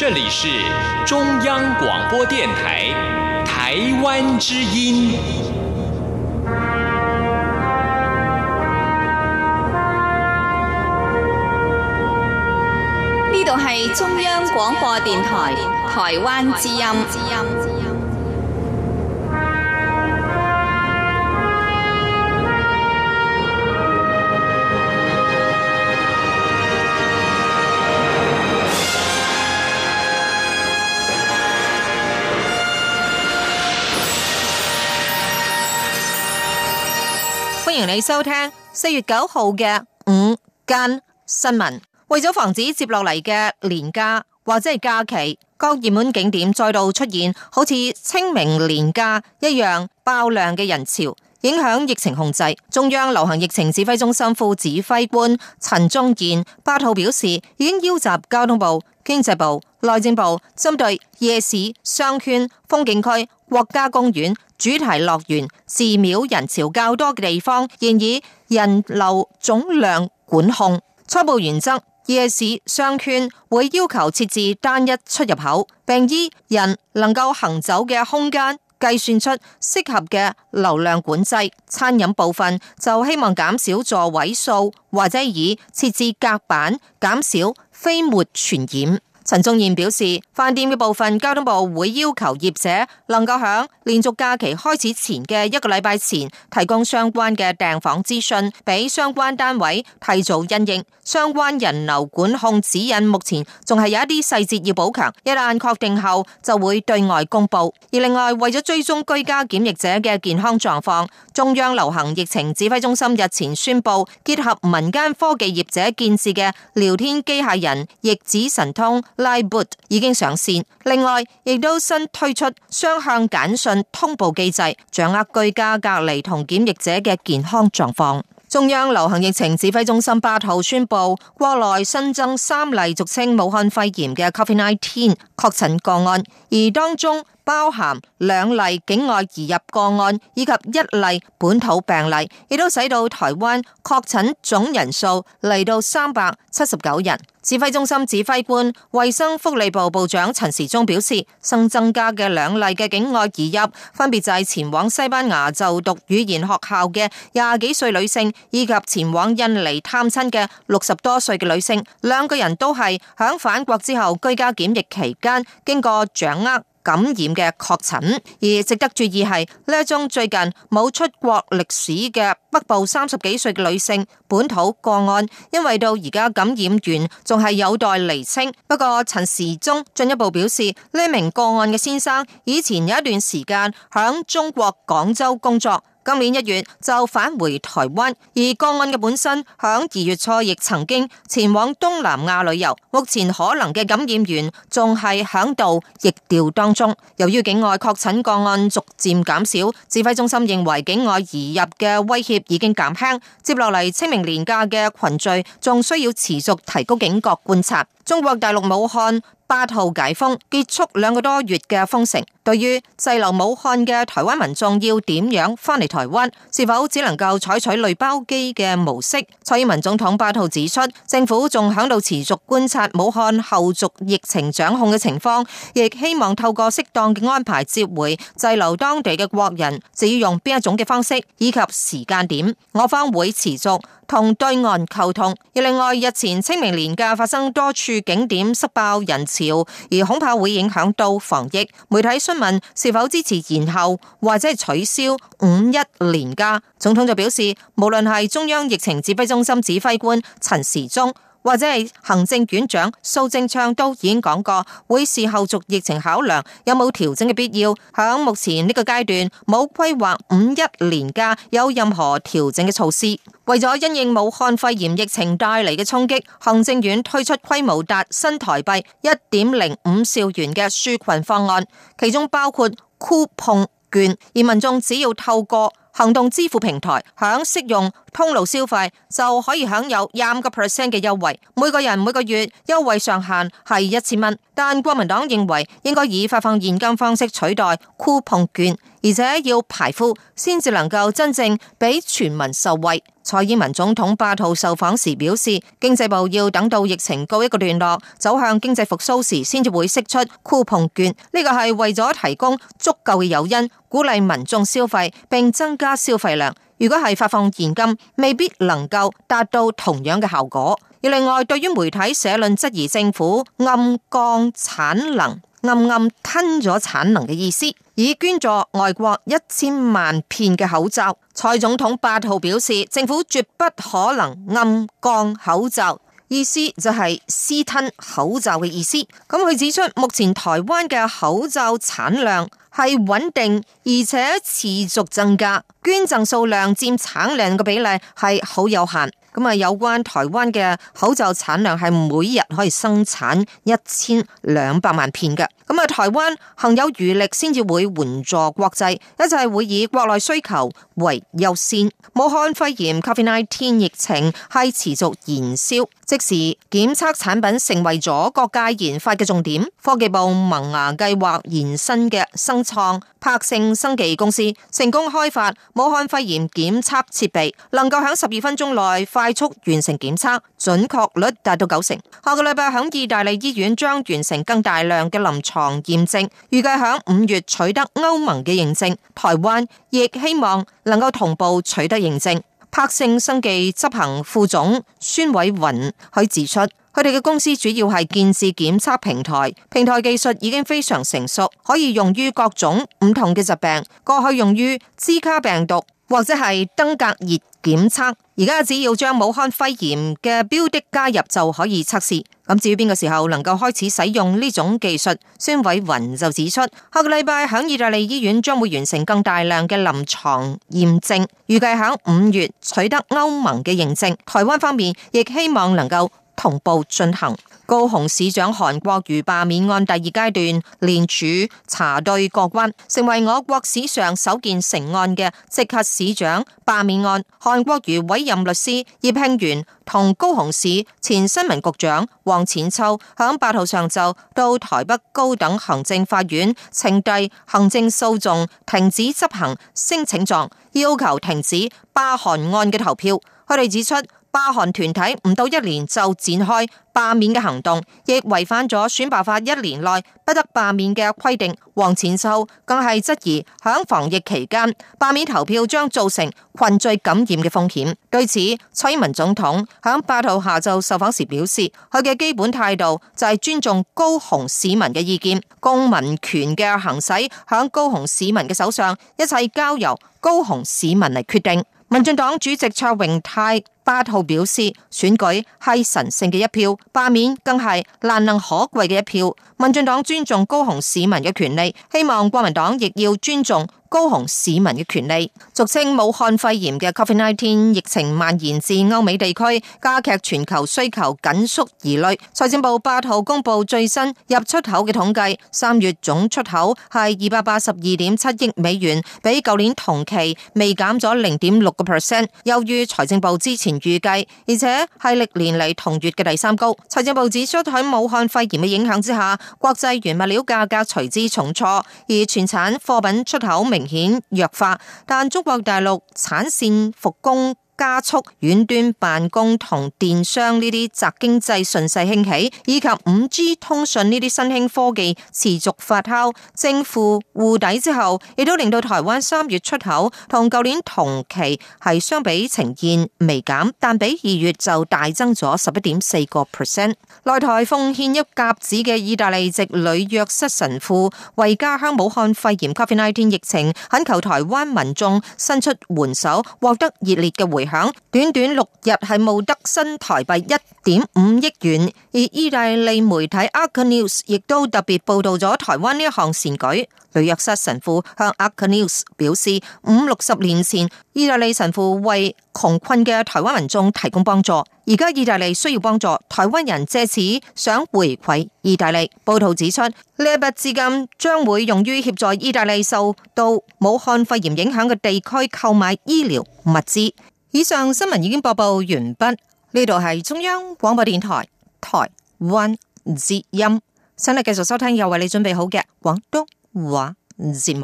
这里是中央广播电台台湾之音。 呢度係中央廣播電台台灣之音。歡迎你收聽4月9號嘅午間新聞。為咗防止接落嚟嘅連假或者係假期，各熱門景點再度出現好似清明連假一樣爆量嘅人潮，影響疫情控制。中央流行疫情指揮中心副指揮官陳宗彥8號表示，已經邀集交通部、經濟部、內政部，針對夜市、商圈、風景區、國家公園、主題樂園、寺廟人潮較多嘅地方，現以人流總量管控。初步原則，夜市商圈會要求設置單一出入口，並依人能夠行走嘅空間計算出適合嘅流量管制。餐飲部分就希望減少座位數，或者以設置隔板減少飛沫傳染。陳宗彥表示，飯店嘅部分交通部會要求業者能夠響連續假期開始前嘅1個禮拜前提供相關嘅訂房資訊，俾相關單位提早因應。相關人流管控指引目前仲係有一啲細節要補強，一旦確定後就會對外公布。而另外，為咗追蹤居家檢疫者嘅健康狀況，中央流行疫情指揮中心日前宣布，結合民間科技業者建置嘅聊天機械人易子神通 LINEBot 已經上線，另外亦都新推出雙向簡訊通報機制，掌握居家隔離同檢疫者嘅健康狀況。中央流行疫情指揮中心8號宣布，國內新增3例俗稱武漢肺炎嘅 COVID-19 確診個案，而當中包含2例境外移入個案以及1例本土病例，亦都使到台灣確診總人數嚟到379人。指揮中心指揮官、衛生福利部部長陳時中表示，新增加嘅2例嘅境外移入，分別就係前往西班牙就讀語言學校嘅20幾歲女性，以及前往印尼探親嘅60多歲嘅女性，2個人都係響返國之後居家檢疫期間經過掌握感染嘅確診。而值得注意係呢一宗最近冇出國歷史嘅北部30幾歲嘅女性本土個案，因為到而家感染源仲係有待釐清。不過陳時中進一步表示，呢名個案嘅先生以前有一段時間響中國廣州工作，今年1月就返回台灣，而個案嘅本身響2月初亦曾經前往東南亞旅遊，目前可能嘅感染源仲係響度疫調當中。由於境外確診個案逐漸減少，指揮中心認為境外移入嘅威脅已經減輕，接落嚟清明連假嘅群聚仲需要持續提高警覺觀察。中國大陸武漢8號解封，結束2個多月嘅封城。對於滯留武漢嘅台灣民眾要點樣返嚟台灣，是否只能夠採取類包機嘅模式？蔡英文總統8號指出，政府仲響度持續觀察武漢後續疫情掌控嘅情況，亦希望透過適當嘅安排接回滯留當地嘅國人。至於用邊一種嘅方式以及時間點，我方會持續同對岸溝通。而另外，日前清明連假發生多處景點塞爆人潮，而恐怕會影響到防疫。媒體詢問是否支持延後或者係取消5·1連假，總統就表示，無論係中央疫情指揮中心指揮官陳時中，或者係行政院長蘇貞昌都已經講過，會視後續疫情考量有冇調整嘅必要。響目前呢個階段，冇規劃5·1連假有任何調整嘅措施。為咗因應武漢肺炎疫情帶嚟嘅衝擊，行政院推出規模達新台幣1.05兆元嘅紓困方案，其中包括酷碰券，而民眾只要透過行動支付平台響適用通路消費就可以享有25% 嘅優惠，每個人每個月優惠上限係1000蚊。但國民黨認為應該以發放現金方式取代酷碰券， 而且要排富先至能夠真正俾全民受惠。蔡英文總統8號受訪時表示，經濟部要等到疫情告一個段落，走向經濟復甦時，先至會釋出酷碰券。呢個係為咗提供足夠嘅誘因，鼓勵民眾消費，並增加消費量。如果係發放現金，未必能夠達到同樣嘅效果。而另外，對於媒體社論質疑政府暗降產能、暗吞咗產能嘅意思，已捐助外國1000萬片嘅口罩。蔡總統8號表示，政府絕不可能暗降口罩，意思就係私吞口罩嘅意思。咁佢指出，目前台灣嘅口罩產量係穩定而且持續增加，捐贈數量佔產量嘅比例係好有限。咁啊，有關台灣嘅口罩產量係每日可以生產1200萬片嘅。咁啊，台灣行有餘力先至會援助國際，一切會以國內需求為優先。武漢肺炎 COVID-19 疫情係持續延燒，即時檢測產品成為咗各界研發嘅重點。科技部萌芽計劃延伸嘅新創柏勝生技公司成功開發武漢肺炎檢測設備，能夠喺12分鐘內快速完成檢測，準確率達到90%。下個禮拜喺意大利醫院將完成更大量嘅臨床驗證，預計喺5月取得歐盟嘅認證。台灣亦希望能夠同步取得認證。柏勝生技執行副總孫偉雲佢指出，佢哋嘅公司主要係建置檢測平台，平台技術已經非常成熟，可以用於各種唔同嘅疾病，過去用於茲卡病毒或者係登革熱檢測，而家只要將武漢肺炎嘅標的加入就可以測試。咁至於邊個時候能夠開始使用呢種技術，孫偉雲就指出，下個禮拜響意大利醫院將會完成更大量嘅臨床驗證，預計響5月取得歐盟嘅認證。台灣方面亦希望能夠同步進行。高雄市長韓國瑜罷免案第2階段連署查對過關，成為我國史上首件成案嘅直轄市長罷免案。韓國瑜委任律師葉慶元同高雄市前新聞局長黃淺秋響8號上晝到台北高等行政法院呈遞行政訴訟停止執行聲請狀，要求停止罷韓案嘅投票。佢哋指出，罷韓團體唔到1年就展開罷免嘅行動，亦違反咗選罷法1年內不得罷免嘅規定。黃淺秋更係質疑響防疫期間罷免投票將造成群聚感染嘅風險。對此，蔡英文總統響8號下晝受訪時表示，佢嘅基本態度就係尊重高雄市民嘅意見，公民權嘅行使響高雄市民嘅手上，一切交由高雄市民嚟決定。民進黨主席卓榮泰8號表示，選舉係神聖嘅一票，罷免更係難能可貴嘅一票。民進黨尊重高雄市民嘅權利，希望國民黨亦要尊重高雄市民嘅權利。俗稱武漢肺炎嘅 COVID-19 疫情蔓延至歐美地區，加劇全球需求緊縮疑慮。財政部8號公布最新入出口嘅統計，3月總出口係282.7億美元，比舊年同期微減咗0.6%，優於財政部之前預計，而且係歷年嚟同月嘅第3高。財政部指出，喺武漢肺炎嘅影響之下，國際原物料價格隨之重挫，而全產貨品出口明顯弱化，但中國大陸產線復工加速，遠端辦公同電商呢啲宅經濟順勢興起，以及5G 通訊呢啲新興科技持續發酵，正負護底之後，亦都令到台灣3月出口同舊年同期係相比呈現微減，但比2月就大增咗11.4%。來台奉獻一甲子嘅意大利籍呂約瑟神父為家鄉武漢肺炎 COVID-19 疫情懇求台灣民眾伸出援手，獲得熱烈嘅回響。短短6日係募得新台幣1.5億元，而意大利媒體 Arca News 亦都特別報道咗台灣呢一項善舉。呂約瑟神父向 Arca News 表示，50-60年前意大利神父為窮困嘅台灣民眾提供幫助，而家意大利需要幫助，台灣人借此想回饋意大利。報道指出，呢一筆資金將會用於協助意大利受到武漢肺炎影響嘅地區購買醫療物資。以上新聞已經播報完畢，呢度係中央廣播電台台灣之音，請你繼續收聽又為你準備好嘅廣東話節目。